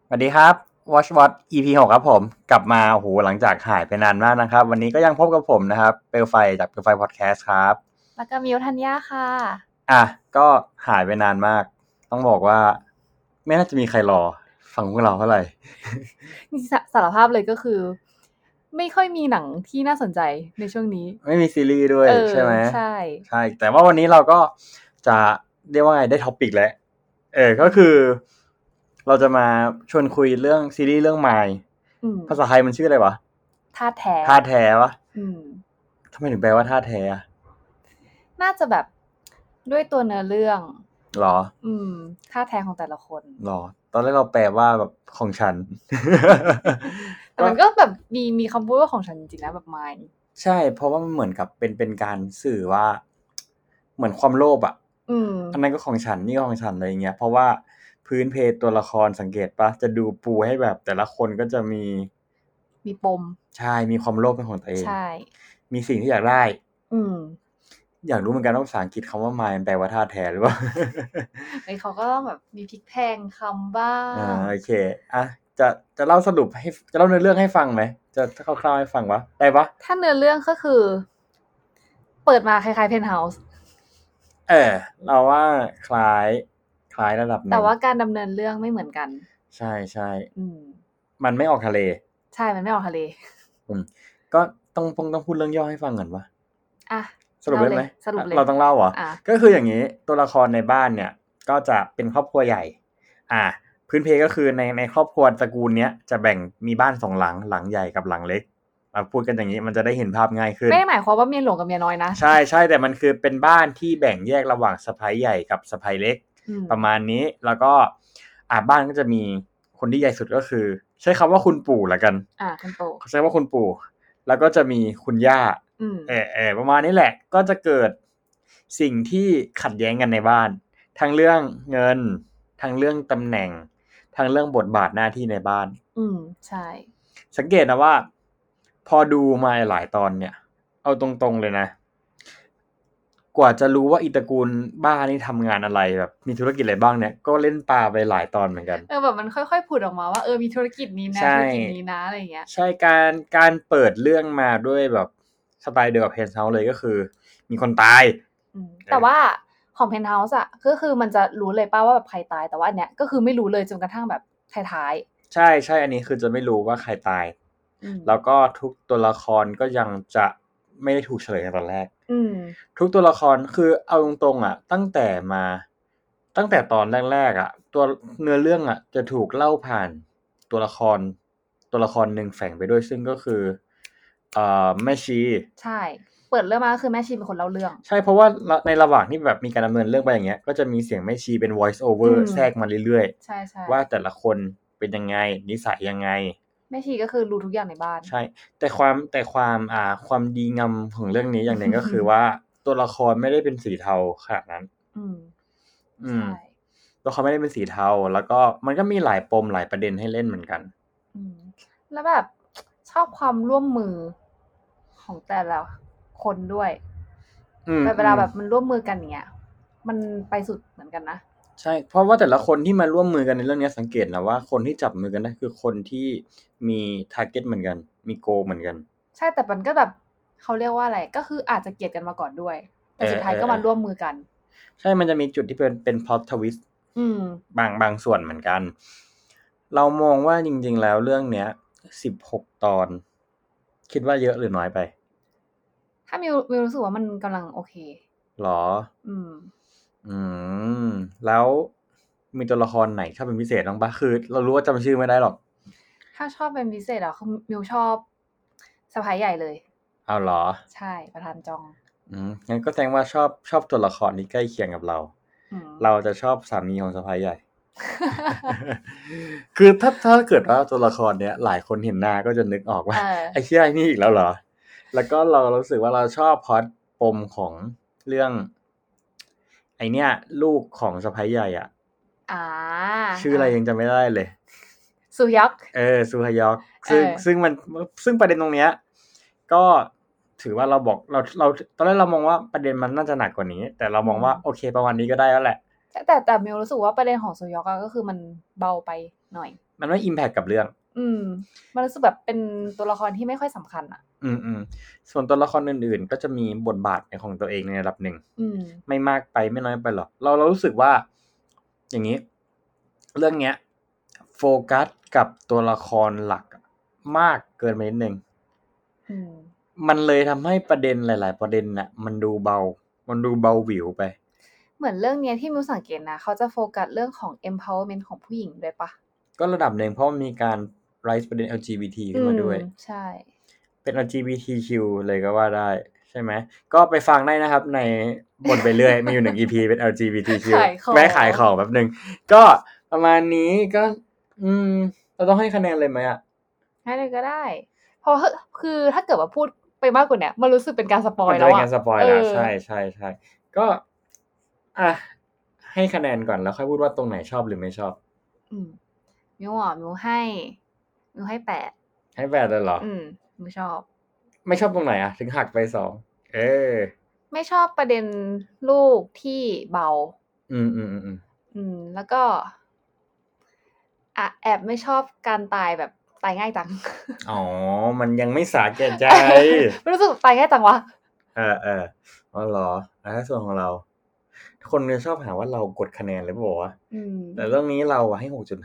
สวัสดีครับ Watch What EP 6ครับผมกลับมาโอ้โหหลังจากหายไปนานมากนะครับวันนี้ก็ยังพบกับผมนะครับเปลวไฟจากเปลวไฟพอดแคสต์ครับแล้วก็มิวทัญญาค่ะก็หายไปนานมากต้องบอกว่าไม่น่าจะมีใครรอฟังพวกเราเท่าไหร่สารภาพเลยก็คือ ไม่ค่อยมีหนังที่น่าสนใจในช่วงนี้ไม่มีซีรีส์ด้วยใช่ไหมใช่ใช่แต่ว่าวันนี้เราก็จะเรียกว่าไงได้ท็อปิกแล้วก็คือเราจะมาชวนคุยเรื่องซีรีส์เรื่อง My ภาษาไทยมันชื่ออะไรวะธาตุแท้ธาตุแท้วะทำไมถึงแปลว่าธาตุแท้อะน่าจะแบบด้วยตัวเนื้อเรื่องหรอธาตุแท้ของแต่ละคนหรอตอนแรกเราแปลว่าแบบของฉันแต่มันก็แบบมีคำพูดว่าของฉันจริงๆนะแบบ mine ใช่เพราะว่ามันเหมือนกับเป็นการสื่อว่าเหมือนความโลภอ่ะอันนั้นก็ของฉันนี่ก็ของฉันอะไรเงี้ยเพราะว่าพื้นเพตัวละครสังเกตปะจะดูปูให้แบบแต่ละคนก็จะมีปมใช่มีความโลภเป็นของตัวเองใช่มีสิ่งที่อยากได้อยากรู้เหมือนกันว่าภาษาอังกฤษคำว่า mine แปลว่าธาตุแท้หรือเปล่าเขาก็ต้องแบบมีพลิกแพงคำบ้างโอเคอ่ะจะเล่าสรุปให้จะเล่าเนื้อเรื่องให้ฟังไหมจะคร่าวๆให้ฟังวะได้ปะถ้าเนื้อเรื่องก็คือเปิดมาคล้ายๆเพนท์เฮาส์เราว่าคล้ายระดับนึงแต่ว่าการดำเนินเรื่องไม่เหมือนกันใช่ใช่มันไม่ออกทะเลใช่มันไม่ออกทะเลก็ต้องพูดเรื่องย่อให้ฟังก่อนวะสรุปได้ไหมสรุปเลยเราต้องเล่าเหรอก็คืออย่างนี้ตัวละครในบ้านเนี่ยก็จะเป็นครอบครัวใหญ่พื้นเพก็คือในครอบครัวตระกูลเนี้ยจะแบ่งมีบ้าน2หลังใหญ่กับหลังเล็กพูดกันอย่างนี้มันจะได้เห็นภาพง่ายขึ้นไม่ได้หมายความว่าเมียหลวงกับเมียน้อยนะใช่ใช่แต่มันคือเป็นบ้านที่แบ่งแยกระหว่างสะใภ้ใหญ่กับสะใภ้เล็กประมาณนี้แล้วก็บ้านก็จะมีคนที่ใหญ่สุดก็คือใช้คำว่าคุณปู่ละกันคุณปู่ใช้ว่าคุณปู่แล้วก็จะมีคุณย่าประมาณนี้แหละก็จะเกิดสิ่งที่ขัดแย้งกันในบ้านทั้งเรื่องเงินทั้งเรื่องตำแหน่งทั้งเรื่องบทบาทหน้าที่ในบ้านใช่สังเกตนะว่าพอดูมาหลายตอนเนี่ยเอาตรงๆเลยนะกว่าจะรู้ว่าอีตระกูลบ้านี่ทำงานอะไรแบบมีธุรกิจอะไรบ้างเนี่ยก็เล่นปลาไปหลายตอนเหมือนกันแบบมันค่อยๆผุดออกมาว่ามีธุรกิจนี้นะธุรกิจนี้นะอะไรอย่างเงี้ยใช่การเปิดเรื่องมาด้วยแบบสไตล์เดียวกับเพนท์เฮาส์เลยก็คือมีคนตายแต่ว่าของเพนท์เฮาส์อ่ะก็คือมันจะรู้เลยป่ะว่าแบบใครตายแต่ว่าอันเนี้ยก็คือไม่รู้เลยจนกระทั่งแบบท้ายๆใช่ใช่อันนี้คือจะไม่รู้ว่าใครตายแล้วก็ทุกตัวละครก็ยังจะไม่ได้ถูกเฉลยในตอนแรกทุกตัวละครคือเอาตรงๆอ่ะตั้งแต่ตอนแรกๆอ่ะตัวเนื้อเรื่องอ่ะจะถูกเล่าผ่านตัวละครหนึ่งแฝงไปด้วยซึ่งก็คือแม่ชีใช่เปิดเรื่องมาก็คือแม่ชีเป็นคนเล่าเรื่องใช่เพราะว่าในระหว่างที่แบบมีการดำเนินเรื่องไปอย่างเงี้ยก็จะมีเสียงแม่ชีเป็น voice over แทรกมาเรื่อยๆใช่ๆว่าแต่ละคนเป็นยังไงนิสัยยังไงแม่ชีก็คือรู้ทุกอย่างในบ้านใช่แต่ความดีงามของเรื่องนี้อย่างหนึ่งก็คือว่าตัวละครไม่ได้เป็นสีเทาขนาดนั้นใช่ตัวเขาไม่ได้เป็นสีเทาแล้วก็มันก็มีหลายปมหลายประเด็นให้เล่นเหมือนกันแล้วแบบชอบความร่วมมือของแต่ละคนด้วยแต่เวลาแบบมันร่วมมือกันเนี้ยมันไปสุดเหมือนกันนะใช่เพราะว่าแต่ละคนที่มาร่วมมือกันในเรื่องนี้สังเกตนะว่าคนที่จับมือกันได้คือคนที่มีทาร์เก็ตเหมือนกันมีโกเหมือนกันใช่แต่มันก็แบบเขาเรียกว่าอะไรก็คืออาจจะเกลียดกันมาก่อนด้วยแต่สุดท้ายก็มาร่วมมือกันใช่มันจะมีจุดที่เป็นพล็อตทวิสต์บางส่วนเหมือนกันเรามองว่าจริงๆแล้วเรื่องเนี้ย16 ตอนคิดว่าเยอะหรือน้อยไปถ้ามิวรู้สึกว่ามันกำลังโอเคหรอแล้วมีตัวละครไหนชอบเป็นพิเศษบ้างปะคือเรารู้ว่าจำชื่อไม่ได้หรอกถ้าชอบเป็นพิเศษคือมิวชอบสะใภ้ใหญ่เลยเอาหรอใช่ประธานจองงั้นก็แสดงว่าชอบตัวละครที่ใกล้เคียงกับเราจะชอบสามีของสะใภ้ใหญ่ คือถ้าเกิดว่าตัวละครเนี้ยหลายคนเห็นหน้าก็จะนึกออกว่าไอ้เหี้ยนี่อีกแล้วเหรอแล้วก็เรารู้สึกว่าเราชอบพล็อตปมของเรื่องไอเนี้ยลูกของสะใภ้ใหญ่อ่ะชื่ออะไรยังจำไม่ได้เลยซูฮยอกซูฮยอกซึ่งประเด็นตรงเนี้ยก็ถือว่าเราตอนแรกเรามองว่าประเด็นมันน่าจะหนักกว่านี้แต่เรามองว่าโอเคประมาณนี้ก็ได้แล้วแหละแต่มิวรู้สึกว่าประเด็นของโซยอกก็คือมันเบาไปหน่อยมันไม่อิมแพคกับเรื่องมันรู้สึกแบบเป็นตัวละครที่ไม่ค่อยสำคัญอ่ะส่วนตัวละครอื่นๆก็จะมีบทบาทในของตัวเองในระดับหนึ่งไม่มากไปไม่น้อยไปหรอกเรารู้สึกว่าอย่างนี้เรื่องเนี้ยโฟกัสกับตัวละครหลักมากเกินไปนิดนึงมันเลยทำให้ประเด็นหลายๆประเด็นน่ะมันดูเบาหวิวไปเหมือนเรื่องนี้ที่มิวสังเกตนะเขาจะโฟกัสเรื่องของ empowerment ของผู้หญิงด้วยปะก็ระดับหนึ่งเพราะมีการ rise ประเด็น LGBT ขึ้นมาด้วยใช่เป็น LGBTQ เลยก็ว่าได้ใช่ไหมก็ไปฟังได้นะครับในบ่นไปเรื่อยมีอยู่1 EP เป็น LGBTQ แม่ขายของแบบนึงก็ประมาณนี้ก็เราต้องให้คะแนนเลยไหมอ่ะให้เลยก็ได้เพราะคือถ้าเกิดว่าพูดไปมากกว่านี้มันรู้สึกเป็นการสปอยแล้วอ่ะมันจะเป็นการสปอยแล้วใช่ก็ให้คะแนนก่อนแล้วค่อยพูดว่าตรงไหนชอบหรือไม่ชอบมิวให้8 ให้8เลยเหรอมิวชอบไม่ชอบตรงไหนอ่ะถึงหักไป2 ไม่ชอบประเด็นลูกที่เบาแล้วก็แอบไม่ชอบการตายแบบตายง่ายจังอ๋อมันยังไม่สาแก่ใจรู้สึกตายง่ายจังวะอ๋อเหรอแล้วส่วนของเราคนจะชอบหาว่าเรากดคะแนนเลยบอกว่าแต่เรื่องนี้เราให้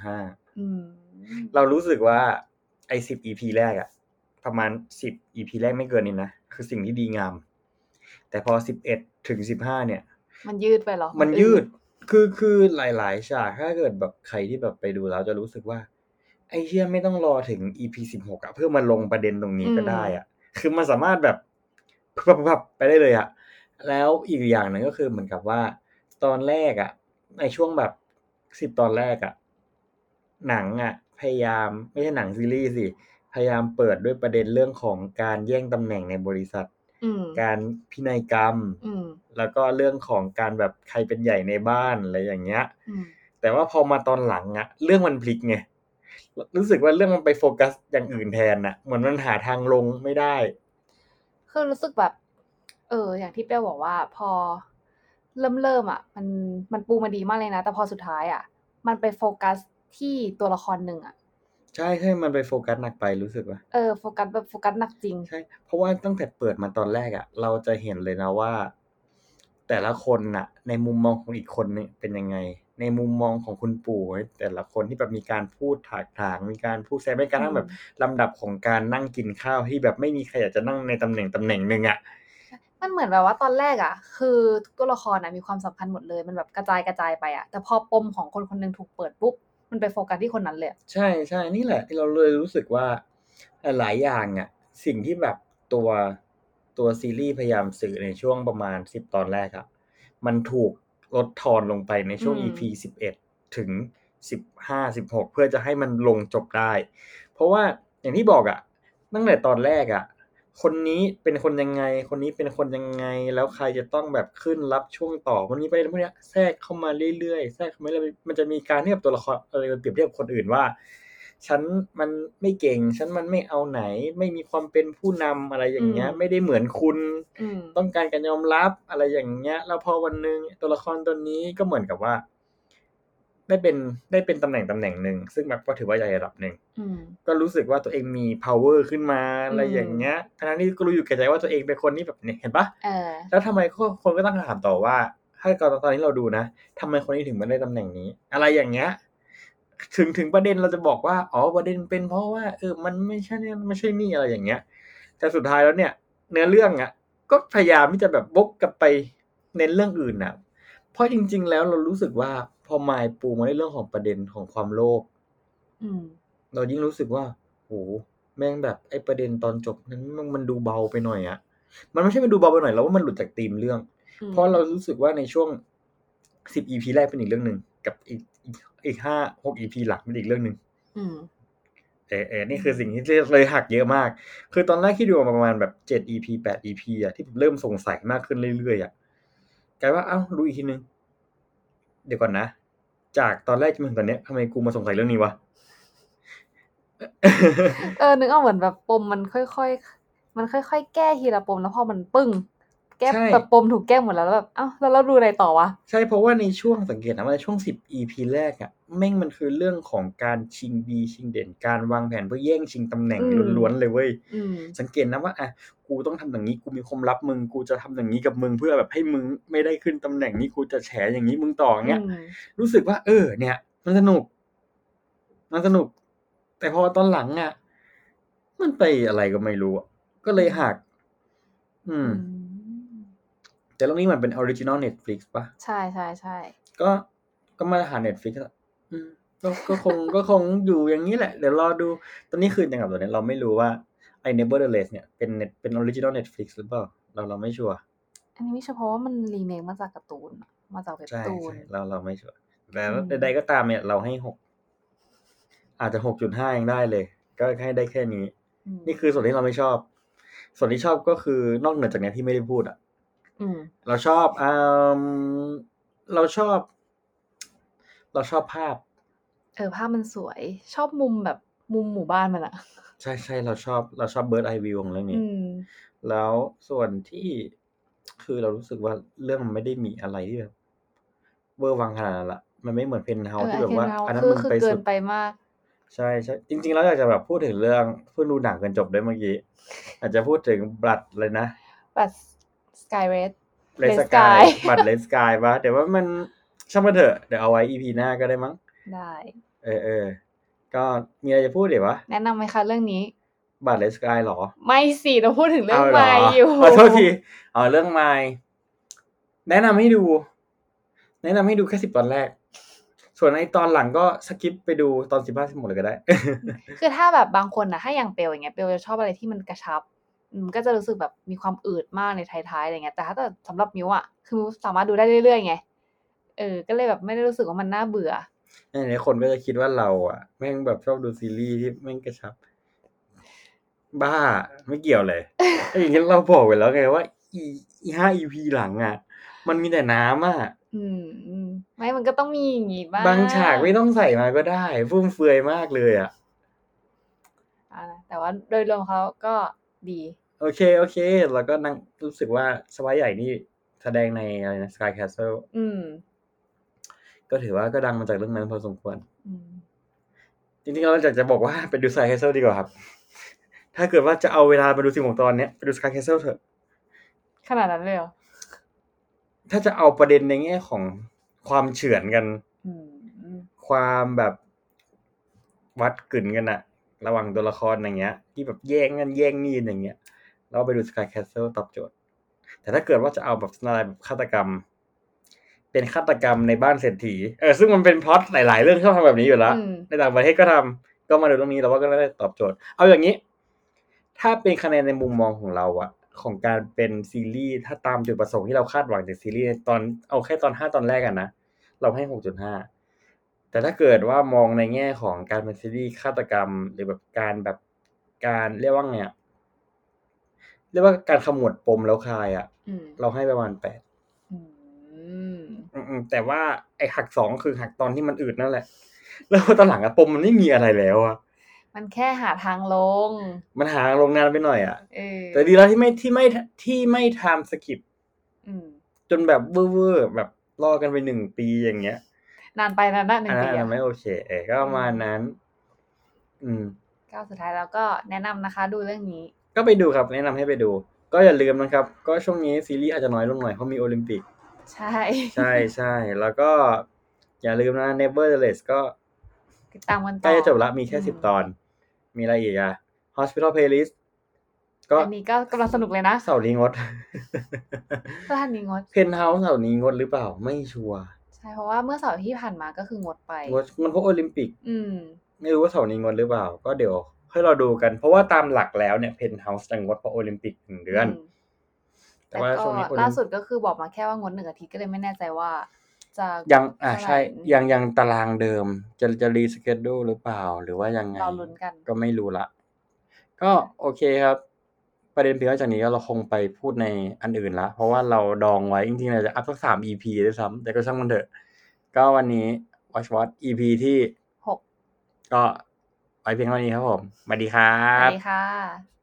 6.5เรารู้สึกว่าไอ้10 EP แรกอะประมาณ10 EP แรกไม่เกินนี้นะคือสิ่งที่ดีงามแต่พอ11ถึง15เนี่ยมันยืดไปหรอมันยืดคือหลายๆฉากถ้าเกิดแบบใครที่แบบไปดูแล้วจะรู้สึกว่าไอ้เหี้ยไม่ต้องรอถึง EP 16อะเพื่อมาลงประเด็นตรงนี้ก็ได้อะคือมันสามารถแบบพับไปได้เลยอะแล้วอีกอย่างนึงก็คือเหมือนกับว่าตอนแรกอะในช่วงแบบ10ตอนแรกอะหนังอะพยายามไม่ใช่หนังซีรีส์สิพยายามเปิดด้วยประเด็นเรื่องของการแย่งตำแหน่งในบริษัทการพินัยกรรมแล้วก็เรื่องของการแบบใครเป็นใหญ่ในบ้านอะไรอย่างเงี้ยแต่ว่าพอมาตอนหลังอะเรื่องมันพลิกไงรู้สึกว่าเรื่องมันไปโฟกัสอย่างอื่นแทนน่ะเหมือนมันหาทางลงไม่ได้คือรู้สึกแบบอย่างที่เป้บอกว่าพอเริ่มอ่ะมันปูมาดีมากเลยนะแต่พอสุดท้ายอ่ะมันไปโฟกัสที่ตัวละครหนึ่งอ่ะใช่มันไปโฟกัสหนักไปรู้สึกว่าโฟกัสแบบโฟกัสหนักจริงใช่เพราะว่าตั้งแต่เปิดมาตอนแรกอ่ะเราจะเห็นเลยนะว่าแต่ละคนน่ะในมุมมองของอีกคนนึงเป็นยังไงในมุมมองของคุณปู่แต่ละคนที่แบบมีการพูดถางมีการพูดแซมไม่กระทั่งแบบลำดับของการนั่งกินข้าวที่แบบไม่มีใครอยากจะนั่งในตำแหน่งนึงอ่ะมันเหมือนแบบว่าตอนแรกอ่ะคือทุกตัวละครมีความสำคัญหมดเลยมันแบบกระจายไปอ่ะแต่พอปมของคนนึงถูกเปิดปุ๊บมันไปโฟกัสที่คนนั้นเลยใช่นี่แหละที่เราเลยรู้สึกว่าหลายอย่างอ่ะสิ่งที่แบบตัวซีรีส์พยายามสื่อในช่วงประมาณ10ตอนแรกอ่ะมันถูกลดทอนลงไปในช่วง EP 11ถึง15-16เพื่อจะให้มันลงจบได้เพราะว่าอย่างที่บอกอ่ะตั้งแต่ตอนแรกอ่ะคนนี้เป็นคนยังไงคนนี้เป็นคนยังไงแล้วใครจะต้องแบบขึ้นรับช่วงต่อวันนี้ประเด็นพวกนี้แทรกเข้ามาเรื่อยๆแทรกเข้ามาเรื่อยๆมันจะมีการเทียบตัวละครเปรียบเทียบคนอื่นว่าฉันมันไม่เก่งฉันมันไม่เอาไหนไม่มีความเป็นผู้นำอะไรอย่างเงี้ยไม่ได้เหมือนคุณต้องการการยอมรับอะไรอย่างเงี้ยแล้วพอวันนึงตัวละครตัวนี้ก็เหมือนกับว่าได้เป็นตำแหน่งนึงซึ่งแบบก็ถือว่าใหญ่ระดับนึงก็รู้สึกว่าตัวเองมี power ขึ้นมาอะไรอย่างเงี้ยทั้งที่ก็รู้อยู่แก่ใจว่าตัวเองเป็นคนที่แบบเห็นปะแล้วทำไมคนก็ตั้งคำถามต่อว่าถ้าตอนนี้เราดูนะทำไมคนนี้ถึงมาได้ตำแหน่งนี้อะไรอย่างเงี้ยถึงประเด็นเราจะบอกว่าอ๋อประเด็นเป็นเพราะว่ามันไม่ใช่นี่อะไรอย่างเงี้ยแต่สุดท้ายแล้วเนี่ยเนื้อเรื่องอ่ะก็พยายามที่จะแบบวกกลับไปเน้นเรื่องอื่นน่ะเพราะจริงๆแล้วเรารู้สึกว่าพอมายปูมาในเรื่องของประเด็นของความโลภเรายิ่งรู้สึกว่าโหแม่งแบบไอ้ประเด็นตอนจบนั้นมันดูเบาไปหน่อยอ่ะมันไม่ใช่มันดูเบาไปหน่อยแล้วว่ามันหลุดจากธีมเรื่องเพราะเรารู้สึกว่าในช่วง10 EP แรกเป็นอีกเรื่องนึงกับอีก5-6 EP หลักเป็นอีกเรื่องนึงนี่คือสิ่งที่เลยหักเยอะมากคือตอนแรกที่ดูมาประมาณแบบ7 EP 8 EP อ่ะที่ผมเริ่มสงสัยมากขึ้นเรื่อยๆอ่ะกลายว่าดูอีกทีนึงเดี๋ยวก่อนนะจากตอนแรกจนถึงตอนนี้ทำไมกูมาสงสัยเรื่องนี้วะนึกเอาเหมือนแบบปมมันค่อยๆแก้ทีละปมแล้วพอมันปึ้งแก้แบบปมถูกแก้หมดแล้วแบบเอ้าแล้วเราดูอะไรต่อวะใช่เพราะว่าในช่วงสังเกตนะว่าในช่วง10 EP แรกอ่ะแม่งมันคือเรื่องของการชิงดีชิงเด่นการวางแผนเพื่อแย่งชิงตำแหน่งล้วนๆเลยเว้ยสังเกตนะว่าอ่ะกูต้องทำอย่างนี้กูมีความลับมึงกูจะทำอย่างนี้กับมึงเพื่อแบบให้มึงไม่ได้ขึ้นตำแหน่งนี้กูจะแฉอย่างนี้มึงต่อเงี้ยรู้สึกว่าเนี่ยมันสนุกแต่พอตอนหลังอ่ะมันไปอะไรก็ไม่รู้ก็เลยหักแต่เรื่องนี้มันเป็นออริจินอล Netflix ป่ะใช่ๆๆก็มาตรฐาน Netflix อ่ะก็คงอยู่อย่างนี้แหละเดี๋ยวรอดูตอนนี้คืออย่างกับตัวนี้เราไม่รู้ว่าไอ้ Nevertheless เนี่ยเป็นออริจินอล Netflix หรือเปล่าเราไม่ชัวร์อันนี้ไม่เฉพาะว่ามันรีเมคมาจากการ์ตูนมาจากเว็บตูนเราไม่ชัวร์แต่ใดๆก็ตามเนี่ยเราให้6อาจจะ 6.5 ยังได้เลยก็ให้ได้แค่นี้นี่คือส่วนที่เราไม่ชอบส่วนที่ชอบก็คือนอกเหนือจากนี้ที่ไม่ได้พูดอ่ะเราชอบเราชอบภาพภาพมันสวยชอบมุมแบบมุมหมู่บ้านมันอะใช่ๆเราชอบ Bird Eye View ของเรื่องนี้แล้วส่วนที่คือเรารู้สึกว่าเรื่องมันไม่ได้มีอะไรที่แบบเวอร์วังขนาดนั้นล่ะมันไม่เหมือน Penthouse ที่แบบว่าอันนั้นมันไปเกิสุดนไปมากใช่ๆจริงๆแล้วอยากจะแบบพูดถึงเรื่องเพิ่งดูหนังกันจบด้วยเมื่อกี้อาจจะพูดถึง Blood เลยนะ Blood Sky Red Red Sky Blood Red Sky ป่ะแต่ว่ามันช่างมันเถอะเดี๋ยวเอาไว้ EP หน้าก็ได้มั้งได้ก็มีอะไรจะพูดอีกวะแนะนำไหมคะเรื่องนี้ Blood Red Sky หรอไม่สิเราพูดถึงเรื่องไมล์อยู่ขอโทษทีเรื่องไมล์แนะนำให้ดูแค่10 ตอนแรกส่วนไอ้ตอนหลังก็สกิปไปดูตอน15 16เลยก็ได้คือถ้าแบบบางคนนะถ้าอย่างเปลอย่างเงี้ยเปลจะชอบอะไรที่มันกระชับก็จะรู้สึกแบบมีความอืดมากในท้ายๆอะไรเงี้ยแต่ถ้าสำหรับมิ้วอ่ะคือมิ้วสามารถดูได้เรื่อยๆไงก็เลยแบบไม่ได้รู้สึกว่ามันน่าเบื่อในคนก็จะคิดว่าเราอ่ะแม่งแบบชอบดูซีรีส์ที่แม่งกระชับบ้าไม่เกี่ยวเลยอย่างนี้เราบอกไปแล้วไงว่าอี5 EP หลังอ่ะมันมีแต่น้ำอ่ะไม่มันก็ต้องมีอย่างงี้บ้างบางฉากไม่ต้องใส่มาก็ได้ฟุ่มเฟือยมากเลยอ่ะแต่ว่าโดยรวมเขาก็ดีโอเคแล้วก็นั่งรู้สึกว่าสวายใหญ่นี่แสดงในอะไรนะ Sky Castle ก็ถือว่าก็ดังมาจากเรื่องนั้นพอสมควรจริงๆเราอยากจะบอกว่าไปดู Sky Castle ดีกว่าครับถ้าเกิดว่าจะเอาเวลาไปดู16 ตอนเนี้ยไปดู Sky Castle เถอะขนาดนั้นเลยเหรอถ้าจะเอาประเด็นในแง่ของความเฉือนกันความแบบวัดกึ่นกันอะระหว่างตัวละครอย่างเงี้ยที่แบบแย่งนั่นแย่งนี่อย่างเงี้ยเราไปดู Sky Castle ตอบโจทย์แต่ถ้าเกิดว่าจะเอาแบบอะไรแบบฆาตกรรมเป็นฆาตกรรมในบ้านเศรษฐีซึ่งมันเป็นพล็อตหลายๆเรื่องที่เขาทำแบบนี้อยู่แล้วในต่างประเทศก็ทำก็มาดูตรงนี้เราว่าก็ได้ตอบโจทย์เอาอย่างนี้ถ้าเป็นคะแนนในมุมมองของเราอะของการเป็นซีรีส์ถ้าตามจุดประสงค์ที่เราคาดหวังจากซีรีส์ตอนเอาแค่ตอน5 ตอนแรกกันนะเราให้ 6.5 แต่ถ้าเกิดว่ามองในแง่ของการเป็นซีรีส์ฆาตกรรมหรือแบบการเรียกว่าไงเรียกว่าการขมวดปมแล้วคลายอะเราให้ประมาณ8แต่ว่าไอ้หัก2คือหักตอนที่มันอืดนั่นแหละแล้วตอนหลังอะปมมันไม่มีอะไรแล้วอะมันแค่หาทางลงมันหาลงนานไปหน่อยอะแต่ดีแล้วที่ไม่ทำสกิปจนแบบเวอร์แบบรอกันไป1 ปีอย่างเงี้ยนานไปนะ1 ปีไม่โอเคก็ประมาณนั้นก็สุดท้ายแล้วก็แนะนำนะคะดูเรื่องนี้ก็ไปดูครับแนะนำให้ไปดูก็อย่าลืมนะครับก็ช่วงนี้ซีรีส์อาจจะน้อยลงหน่อยเพราะมีโอลิมปิกใช่แล้วก็อย่าลืมนะ Nevertheless ก็ติดตามกันต่อใกล้จะจบแล้วมีแค่10 ตอนมีอะไรอีกอะ Hospital Playlist ก็อันนี้ก็กำลังสนุกเลยนะเสาร์นี้งดสถานีงด Penthouse เสาร์นี้งดหรือเปล่าไม่ชัวร์ใช่เพราะว่าเมื่อเสาร์ที่ผ่านมาก็คืองดไปมันเพราะโอลิมปิกไม่รู้ว่าเสาร์นี้งดหรือเปล่าก็เดี๋ยวให้เราดูกันเพราะว่าตามหลักแล้วเนี่ย Penthouse จะงดเพราะโอลิมปิก1 เดือนแต่ว่าช่วงนี้ล่าสุดก็คือบอกมาแค่ว่างด1 อาทิตย์ก็เลยไม่แน่ใจว่าจะยังใช่ยังตารางเดิมจะรีสเกดูหรือเปล่าหรือว่ายังไงรอลุ้นกันก็ไม่รู้ละก็โอเคครับประเด็นเพียงจากนี้ก็เราคงไปพูดในอันอื่นละเพราะว่าเราดองไว้จริงๆเราจะอัพสัก3 EP ด้วยซ้ำแต่ก็ช่างมันเถอะก็วันนี้ Watch EP ที่6ก็ไปเพียงเท่านี้ครับผมสวัสดีครับสวัสดีค่ะ